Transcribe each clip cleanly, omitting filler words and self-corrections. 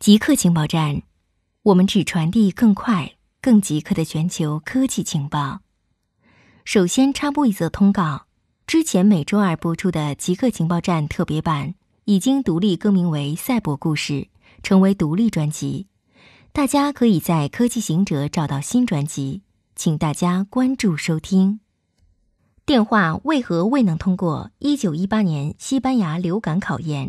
极客情报站，我们只传递更快、更极客的全球科技情报。首先插播一则通告：之前每周二播出的极客情报站特别版已经独立更名为《赛博故事》，成为独立专辑。大家可以在科技行者找到新专辑，请大家关注收听。电话为何未能通过1918年西班牙流感考验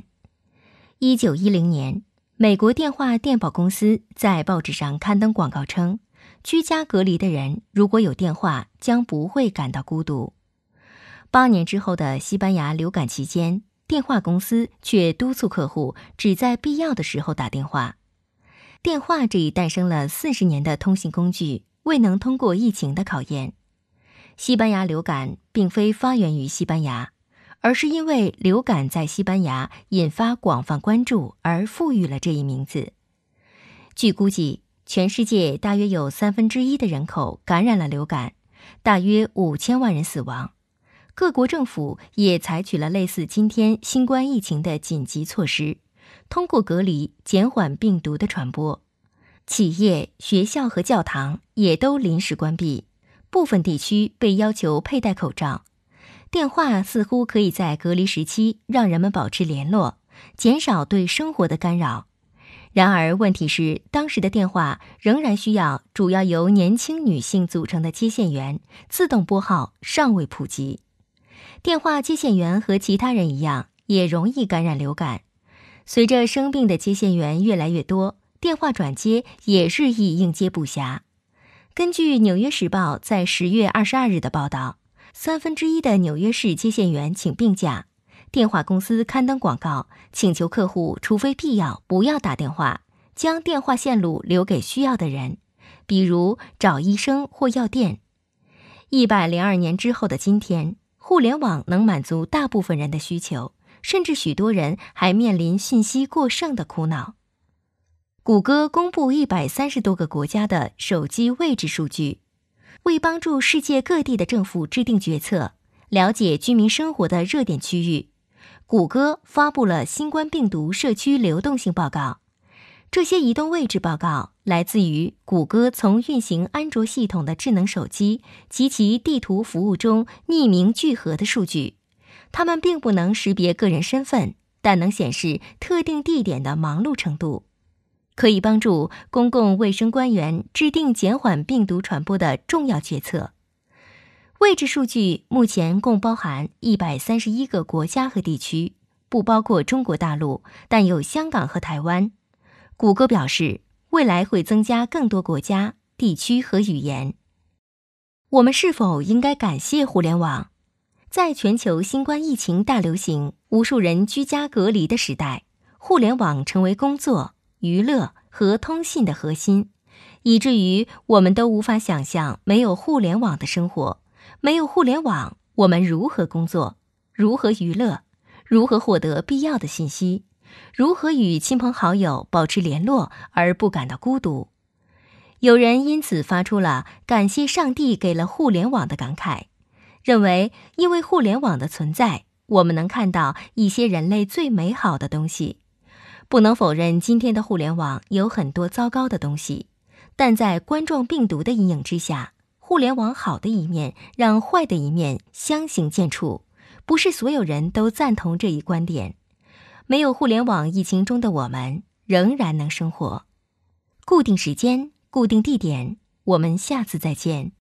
？1910年，美国电话电报公司在报纸上刊登广告称，居家隔离的人如果有电话，将不会感到孤独。8年之后的西班牙流感期间，电话公司却督促客户只在必要的时候打电话。电话这一诞生了40年的通信工具，未能通过疫情的考验。西班牙流感并非发源于西班牙，而是因为流感在西班牙引发广泛关注而赋予了这一名字。据估计，全世界大约有1/3的人口感染了流感，大约5000万人死亡。各国政府也采取了类似今天新冠疫情的紧急措施，通过隔离减缓病毒的传播。企业、学校和教堂也都临时关闭，部分地区被要求佩戴口罩。电话似乎可以在隔离时期让人们保持联络，减少对生活的干扰。然而问题是，当时的电话仍然需要主要由年轻女性组成的接线员，自动拨号尚未普及。电话接线员和其他人一样，也容易感染流感。随着生病的接线员越来越多，电话转接也日益应接不暇。根据《纽约时报》在10月22日的报道，1/3的纽约市接线员请病假，电话公司刊登广告，请求客户除非必要不要打电话，将电话线路留给需要的人，比如找医生或药店。102年之后的今天，互联网能满足大部分人的需求，甚至许多人还面临信息过剩的苦恼。谷歌公布130多个国家的手机位置数据，为帮助世界各地的政府制定决策，了解居民生活的热点区域，谷歌发布了新冠病毒社区流动性报告。这些移动位置报告来自于谷歌从运行安卓系统的智能手机及其地图服务中匿名聚合的数据。它们并不能识别个人身份，但能显示特定地点的忙碌程度，可以帮助公共卫生官员制定减缓病毒传播的重要决策。位置数据目前共包含131个国家和地区，不包括中国大陆，但有香港和台湾。谷歌表示，未来会增加更多国家、地区和语言。我们是否应该感谢互联网？在全球新冠疫情大流行、无数人居家隔离的时代，互联网成为工作、娱乐和通信的核心，以至于我们都无法想象没有互联网的生活。没有互联网，我们如何工作？如何娱乐？如何获得必要的信息？如何与亲朋好友保持联络而不感到孤独？有人因此发出了感谢上帝给了互联网的感慨，认为因为互联网的存在，我们能看到一些人类最美好的东西。不能否认今天的互联网有很多糟糕的东西，但在冠状病毒的阴影之下，互联网好的一面让坏的一面相形见绌。不是所有人都赞同这一观点。没有互联网疫情中的我们仍然能生活。固定时间，固定地点，我们下次再见。